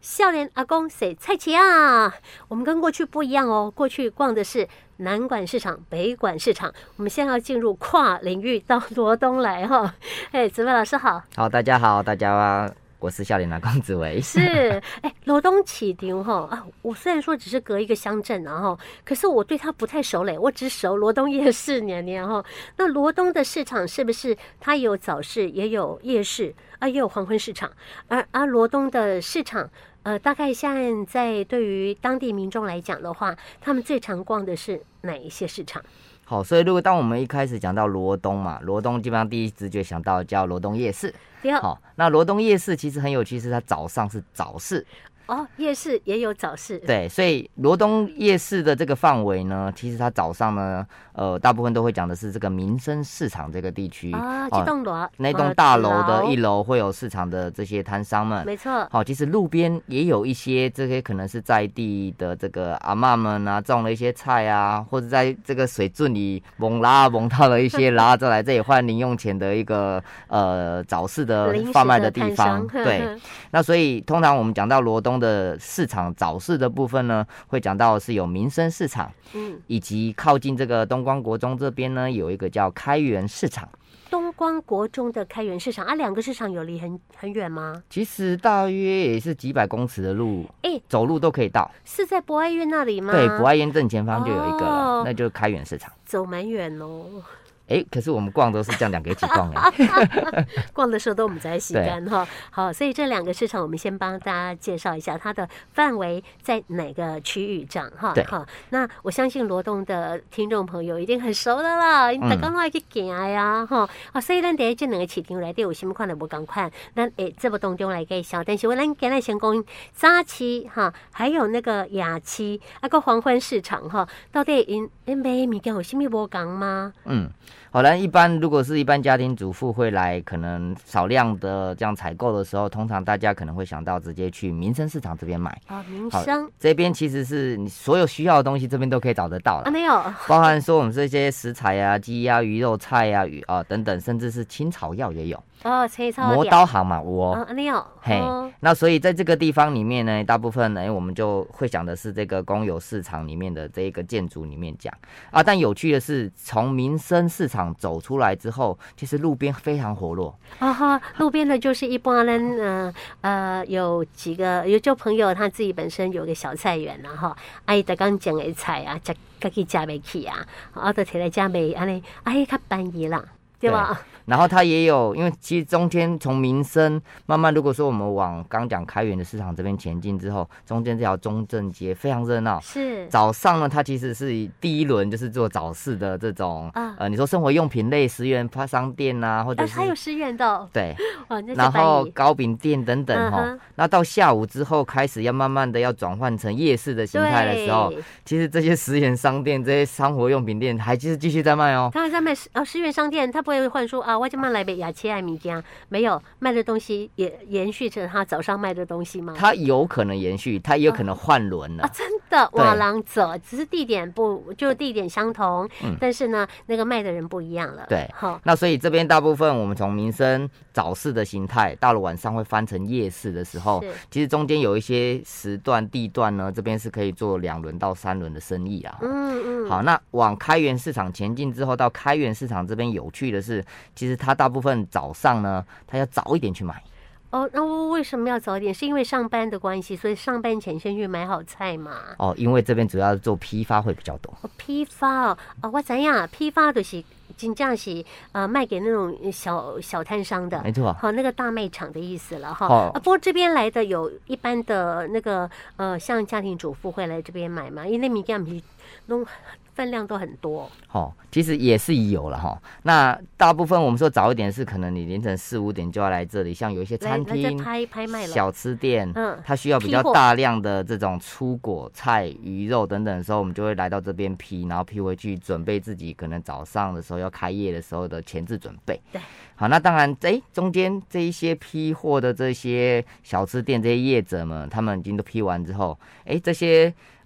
少年阿公谁菜市啊？我们跟过去不一样哦，过去逛的是南馆市场、北馆市场，我们现在要进入跨领域到罗东来哈。哎，子薇老师好。 好，大家好，大家我是少年阿公子维。 是，罗东起场哈啊，我虽然说只是隔一个乡镇然后，可是我对它不太熟嘞，我只熟罗东夜市年哈。那罗东的市场是不是它有早市，也有夜市啊，也有黄昏市场？而罗东的市场，大概现在对于当地民众来讲的话，他们最常逛的是哪一些市场？ 好，所以如果当我们一开始讲到罗东嘛，罗东基本上第一直觉想到叫罗东夜市。好，那罗东夜市其实很有趣，是它早上是早市。 哦，夜市也有早市。 对，所以罗东夜市的这个范围呢，其实它早上呢，大部分都会讲的是这个民生市场这个地区啊，这栋楼， 那栋大楼的一楼会有市场的这些摊商们， 没错。 好，其实路边也有一些这些可能是在地的这个阿嬷们啊，种了一些菜啊，或者在这个水圳里蒙到了一些拉着来这里换零用钱的一个早市的贩卖的地方。对，那所以通常我们讲到罗东的市场早市的部分呢，会讲到是有民生市场，以及靠近这个东光国中这边呢，有一个叫开元市场。 东光国中的开元市场啊，两个市场有离很远吗？ 其实大约也是几百公尺的路，走路都可以到。 是在博爱院那里吗？ 对，博爱院正前方就有一个了，那就是开元市场。 走蛮远哦。 可是我们逛都是这样两个一起逛逛的时候都我们在洗干哈。好，所以这两个市场我们先帮大家介绍一下它的范围在哪个区域这样哈。好，那我相信罗东的听众朋友一定很熟的啦，大家都爱去行呀哈。所以咱第一这两个市场内底有什么款的不同款，咱这部当中来介绍。但是我咱今日先讲早市哈，还有那个夜市啊个黄昏市场哈，到底因买物件有什么不同吗？ 好了，如果是一般家庭主妇会来，可能少量的这样采购的时候，通常大家可能会想到直接去民生市场这边买。 民生这边其实是你所有需要的东西，这边都可以找得到了。 没有， 包含说我们这些食材啊、鸡啊、鱼肉菜啊、等等，甚至是青草药也有。 青草药磨刀行嘛， 没有。 那所以在这个地方里面呢，大部分呢，我们就会讲的是这个公有市场里面的这一个建筑里面讲啊。但有趣的是，从民生市场走出来之后，其实路边非常活络。 路边的就是一般人有几个就朋友他自己本身有个小菜园啦哈，伊才刚种的菜啊，自己吃不起啊，就摕来家卖，安尼较便宜啦。对吧？ 然后它也有，因为其实中间从民生慢慢，如果说我们往刚讲开元的市场这边前进之后，中间这条中正街非常热闹。 是早上呢，它其实是第一轮就是做早市的这种你说生活用品类10元商店啊，或者是还有10元的对，然后糕饼店等等那到下午之后开始要慢慢的要转换成夜市的形态的时候，其实这些10元商店、这些生活用品店还其实继续在卖哦。 他还在卖10元商店，他不会换说我今晚来买雅切爱米家，没有卖的东西也延续着他早上卖的东西吗？ 他有可能延续，他也有可能换轮了真的往廊走，只是地点相同，但是呢，那个卖的人不一样了。 对，好，那所以这边大部分我们从民生早市的形态，到了晚上会翻成夜市的时候，其实中间有一些时段地段呢，这边是可以做2轮到3轮的生意啊。好，那往开元市场前进之后，到开元市场这边有趣的是，其实它大部分早上呢，它要早一点去买。 那我为什么要早一点？是因为上班的关系，所以上班前先去买好菜嘛。 因为这边主要做批发会比较多。 批发我知道批发就是真正是卖给那种小摊商的， 没错。 好，那个大卖场的意思了哈。不过这边来的有一般的那个像家庭主妇会来这边买嘛，因为米干皮弄分量都很多。 其实也是有了哈。那大部分我们说早一点是可能你凌晨4、5点就要来这里，像有一些餐厅、 拍卖了小吃店，它需要比较大量的这种蔬果、菜、鱼肉等等的时候，我们就会来到这边批，然后批回去准备自己可能早上的时候要开业的时候的前置准备。 对。 好，那当然，中间这一些批货的这些小吃店这些业者们，他们已经都批完之后，这些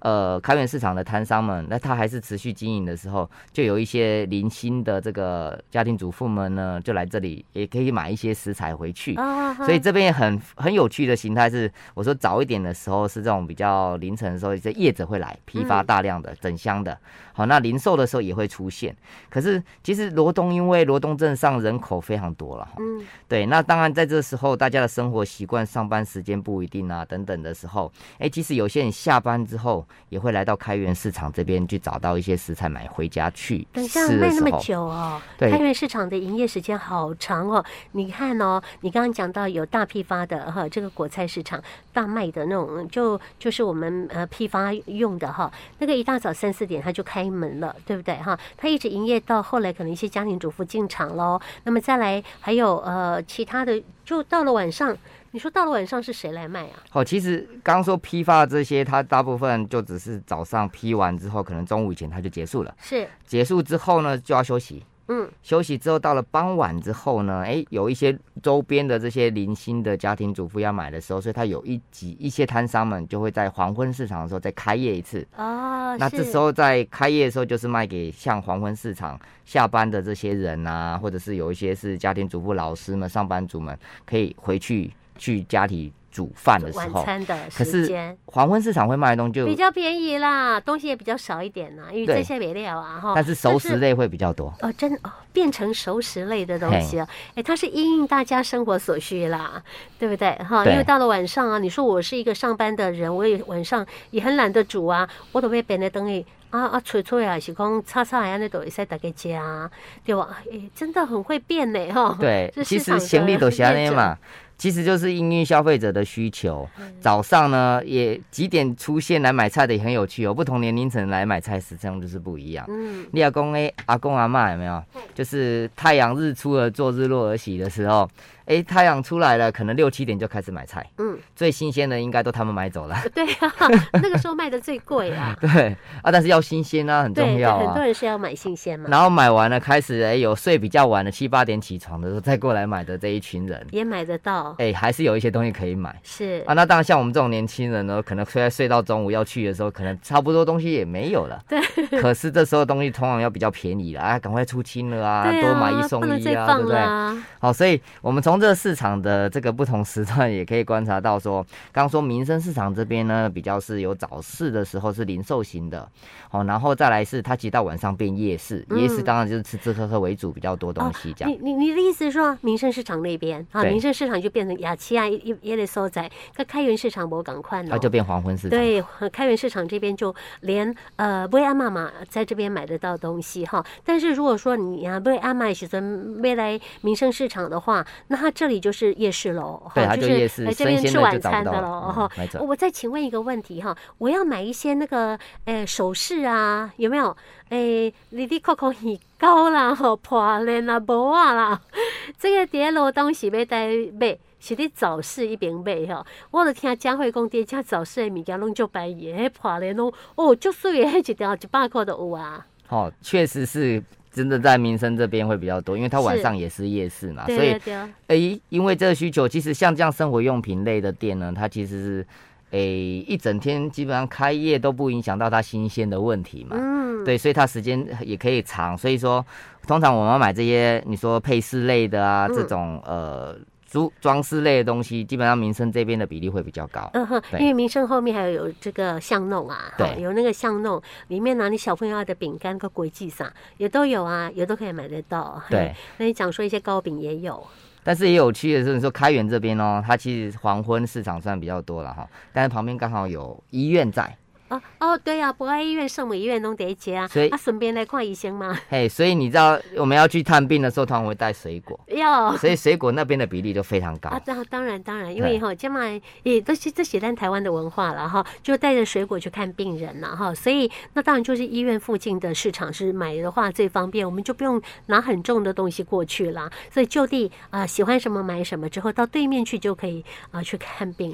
开源市场的摊商们，那他还是持续经营的时候，就有一些零星的这个家庭主妇们呢，就来这里也可以买一些食材回去。所以这边也很有趣的形态是，我说早一点的时候是这种比较凌晨的时候，这业者会来批发大量的整箱的。好，那零售的时候也会出现。可是其实罗东因为罗东镇上人口非常多了，对，那当然在这时候大家的生活习惯、上班时间不一定啊等等的时候，其实有些人下班之后也会来到开源市场这边去找到一些食材买回家去吃的时候。 等一下，卖那么久哦，开源市场的营业时间好长哦。你看哦，你刚刚讲到有大批发的哈，这个果菜市场大卖的那种，就是我们批发用的哈，那个一大早3、4点他就开门了，对不对哈？他一直营业到后来，可能一些家庭主妇进场喽。那么再来还有其他的，就到了晚上。你说到了晚上是谁来卖啊？ 其实刚刚说批发这些，它大部分就只是早上批完之后，可能中午以前它就结束了。 是结束之后呢，就要休息。休息之后到了傍晚之后呢，有一些周边的这些零星的家庭主妇要买的时候，所以它有一些摊商们就会在黄昏市场的时候再开业一次。那这时候在开业的时候，就是卖给像黄昏市场下班的这些人啊，或者是有一些是家庭主妇老师们、上班族们，可以回去家里煮饭的时候， 晚餐的时间， 可是黄昏市场会卖的东西就比较便宜啦，东西也比较少一点啦，因为这些没料啊哈。 但是熟食类会比较多变成熟食类的东西它是因应大家生活所需啦，对不对哈？因为到了晚上啊，你说我是一个上班的人，我也晚上也很懒得煮啊，我都被别人等于吹吹啊，是讲炒炒啊，那都会使大家吃啊，对吧？真的很会变呢哈。 对，其实行李都是这样嘛。其实就是因应消费者的需求，早上呢也几点出现来买菜的也很有趣哦，不同年龄层来买菜时间就是不一样。你阿公阿公阿嬷有没有？就是太阳日出而作，日落而息的时候，太阳出来了，可能6、7点就开始买菜。最新鲜的应该都他们买走了。对啊，那个时候卖的最贵啊。 对但是要新鲜啊，很重要啊。 很多人是要买新鲜嘛。 然后买完了，开始有睡比较晚的7、8点起床的时候再过来买的这一群人， 也买得到。 还是有一些东西可以买。 是那当然像我们这种年轻人呢，可能睡到中午要去的时候，可能差不多东西也没有了。 对。 可是这时候东西通常要比较便宜了赶快出清了多买1送1对不对？好，所以我们从这个市场的这个不同时段也可以观察到说，刚刚说民生市场这边呢，比较是有早市的时候是零售型的，然后再来是它其实到晚上变夜市，夜市当然就是吃吃喝喝为主，比较多东西这样。 你的意思是说民生市场那边民生市场就变成雅琪也得收在开源市场不赶快它就变黄昏市场。 对，开源市场这边就连薇安妈妈在这边买得到东西但是如果说你薇安妈时阵未来民生市场的话，那它这里就是夜市喽。 对，它就夜市， 来这边吃晚餐的喽。 我再请问一个问题我要买一些那个首饰啊，有没有？你扣耳高啦，破链啦，无啦，这个在罗东是要带买。是你早市一边买我就听佳慧讲，伫遮早市的物件拢足便宜，迄破链拢足水的，迄一条100块都有啊。 确实是真的在民生这边会比较多，因为它晚上也是夜市嘛，所以因为这个需求，其实像这样生活用品类的店呢，它其实是一整天基本上开业都不影响到它新鲜的问题嘛。对，所以它时间也可以长，所以说通常我们要买这些你说配饰类的这种装饰类的东西，基本上民生这边的比例会比较高。 因为民生后面还有这个巷弄啊，有那个巷弄里面你小朋友要的饼干跟国际上也都有啊，也都可以买得到。 对， 那你讲说一些糕饼也有。 但是也有趣的是，你说开源这边它其实黄昏市场算比较多了但是旁边刚好有医院在。 对啊，博爱医院、圣母医院都得接啊， 所以顺便来看医生嘛。 所以你知道我们要去探病的时候，通常会带水果。所以水果那边的比例就非常高当然，因为现在也都是这写在台湾的文化了就带着水果去看病人了所以那当然就是医院附近的市场是买的话最方便，我们就不用拿很重的东西过去啦。所以就地喜欢什么买什么，之后到对面去就可以去看病了。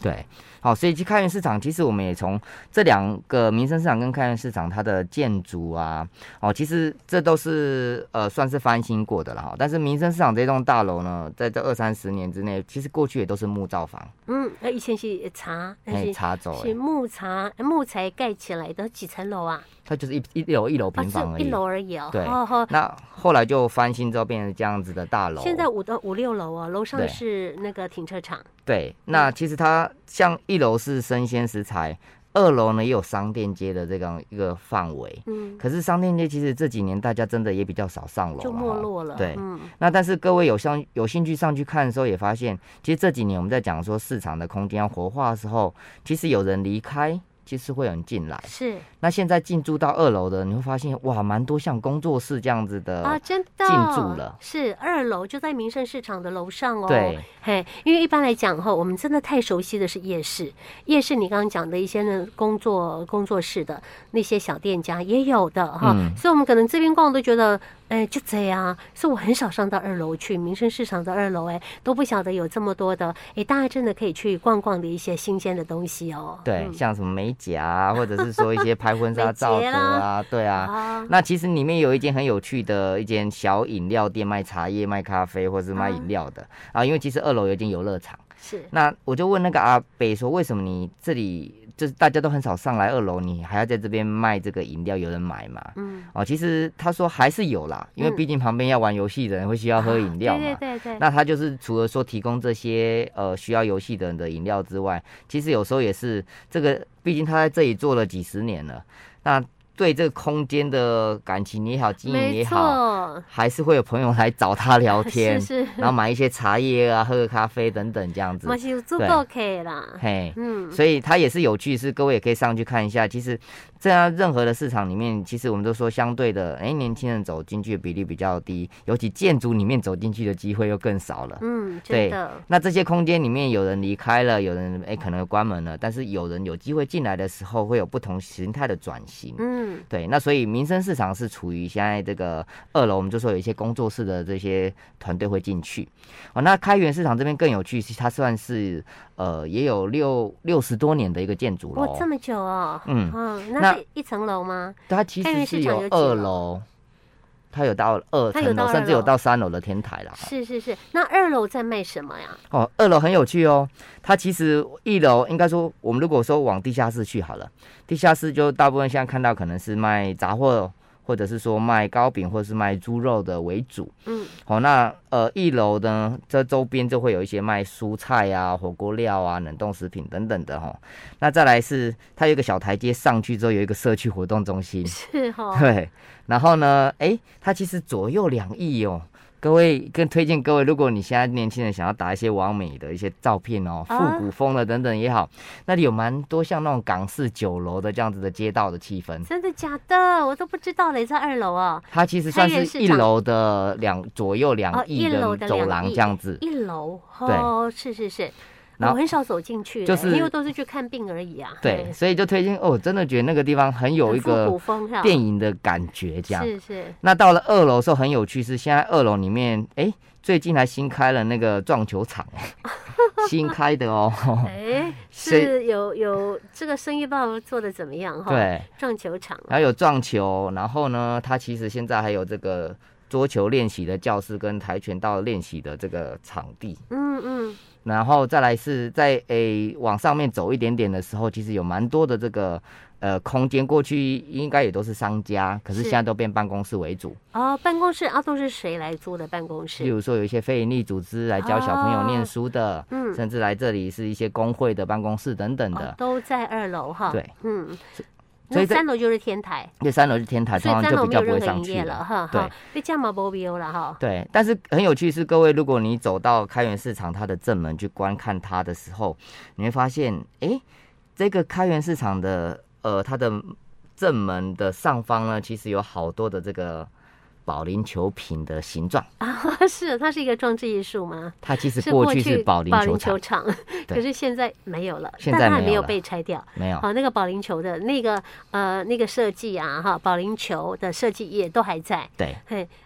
对，好，所以去开源市场，其实我们也从这两个民生市场跟开源市场它的建筑啊，其实这都是算是翻新过的了哈。但是民生市场这栋大楼呢，在这20-30年之内，其实过去也都是木造房。 以前是茶走是木材盖起来的，几层楼啊？ 它就是一楼平房而已， 一楼而已哦。 对，那后来就翻新之后变成这样子的大楼。 现在5到6楼啊，楼上是那个停车场。 对，那其实它像1楼是生鲜食材，2楼呢也有商店街的这样一个范围。可是商店街其实这几年大家真的也比较少上楼了， 就没落了。 对，那但是各位有兴趣上去看的时候，也发现其实这几年我们在讲说市场的空间要活化的时候，其实有人离开，其实会有人进来。 是， 那现在进驻到2楼的，你会发现哇，蛮多像工作室这样子的真的进驻了。 是2楼就在民生市场的楼上哦。 对， 因为一般来讲我们真的太熟悉的是夜市。夜市你刚刚讲的一些呢工作室的那些小店家也有的所以我们可能这边逛都觉得就这样，所以我很少上到2楼去，民生市场的2楼都不晓得有这么多的大家真的可以去逛逛的一些新鲜的东西哦。 对，像什么美甲啊，或者是说一些拍婚纱照的啊，对啊。那其实里面有一间很有趣的一间小饮料店，卖茶叶、卖咖啡或者是卖饮料的因为其实2楼有一间游乐场。 是， 那我就问那个阿北说，为什么你这里就是大家都很少上来2楼，你还要在这边卖这个饮料，有人买吗？其实他说还是有啦，因为毕竟旁边要玩游戏的人会需要喝饮料嘛。 对。 那他就是除了说提供这些需要游戏的人的饮料之外，其实有时候也是这个，毕竟他在这里做了几十年了，那对这个空间的感情也好，经营也好，还是会有朋友来找他聊天， 是然后买一些茶叶啊，喝个咖啡等等这样子， 是足够可以啦。 所以它也是有趣，是各位也可以上去看一下。其实这样任何的市场里面，其实我们都说相对的，年轻人走进去的比例比较低，尤其建筑里面走进去的机会又更少了。 真的。 那这些空间里面有人离开了，有人可能关门了，但是有人有机会进来的时候，会有不同形态的转型。对，那所以民生市场是处于现在这个2楼，我们就说有一些工作室的这些团队会进去。那开源市场这边更有趣，它算是也有60多年的一个建筑了。 这么久哦。那是1层楼吗？ 它其实是有2楼。它有到2层楼，甚至有到3楼的天台啦。 是。那2楼在卖什么呀 ？2楼很有趣哦。它其实1楼应该说，我们如果说往地下室去好了，地下室就大部分现在看到可能是卖杂货，或者是说卖糕饼，或者是卖猪肉的为主。那1楼呢，这周边就会有一些卖蔬菜啊、火锅料啊、冷冻食品等等的那再来是它有一个小台阶上去之后，有一个社区活动中心。 是对。然后呢，它其实左右2翼哦。各位更推荐各位，如果你现在年轻人想要打一些完美的一些照片复古风的等等也好，那里有蛮多像那种港式酒楼的这样子的街道的气氛。 真的假的？我都不知道嘞，在2楼啊。 它其实算是1楼的左右2翼的走廊这样子。 1楼是。我很少走进去，因为都是去看病而已啊。 对，所以就推荐真的觉得那个地方很有一个电影的感觉，这样。 是。那到了2楼的时候很有趣，是现在2楼里面，最近还新开了那个撞球场，新开的哦。 是有这个生意报做的怎么样对， 撞球场， 然后有撞球，然后呢，它其实现在还有这个桌球练习的教室跟跆拳道练习的这个场地。然后再来是在往上面走一点点的时候，其实有蛮多的这个空间，过去应该也都是商家，可是现在都变办公室为主。 办公室都是谁来租的办公室？ 例如说有一些非营利组织来教小朋友念书的，甚至来这里是一些工会的办公室等等的， 都在2楼哈。 对， 所以3楼就是天台， 对，3楼是天台，通常就比较不会上去了哈。 对， 被这样嘛没必要了哈。 对，但是很有趣是，各位如果你走到开源市场它的正门去观看它的时候，你会发现，这个开源市场的它的正门的上方呢，其实有好多的这个保龄球瓶的形状是，它是一个装置艺术吗？ 它其实过去是保龄球场， 可是现在没有了， 现在还没有被拆掉。 没有那个保龄球的那个设计啊，保龄球的设计也都还在。 对，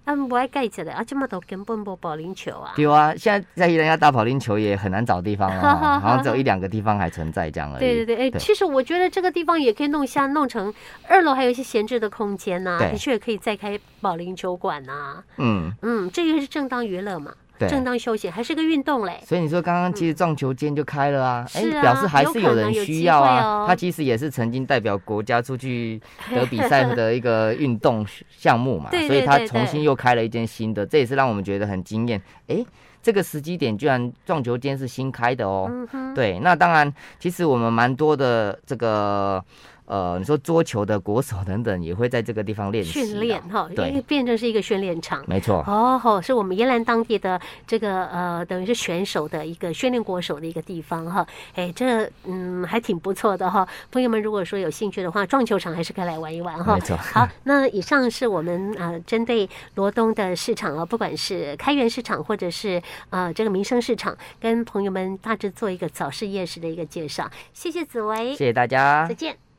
不爱盖着的啊，这么多根本没保龄球啊。 对啊，现在在人家打保龄球也很难找地方了，好像只有1-2个地方还存在这样而已。 对对对，其实我觉得这个地方也可以弄成2楼还有一些闲置的空间呐，的确可以再开保龄球馆呐。这个是正当娱乐嘛。正当休闲，还是个运动嘞。 所以你说刚刚其实撞球间就开了啊，表示还是有人需要啊。他其实也是曾经代表国家出去得比赛的一个运动项目嘛，所以他重新又开了一间新的，这也是让我们觉得很惊艳。这个时机点居然撞球间是新开的哦。对，那当然，其实我们蛮多的这个。你说桌球的国手等等也会在这个地方练习训练哈，对，变成是一个训练场， 没错。 是我们宜兰当地的这个等于是选手的一个训练国手的一个地方哈。这还挺不错的哈。朋友们如果说有兴趣的话，撞球场还是可以来玩一玩哈。 没错。 好，那以上是我们针对罗东的市场啊，不管是开元市场或者是这个民生市场，跟朋友们大致做一个早市夜市的一个介绍。谢谢紫薇， 谢谢大家， 再见。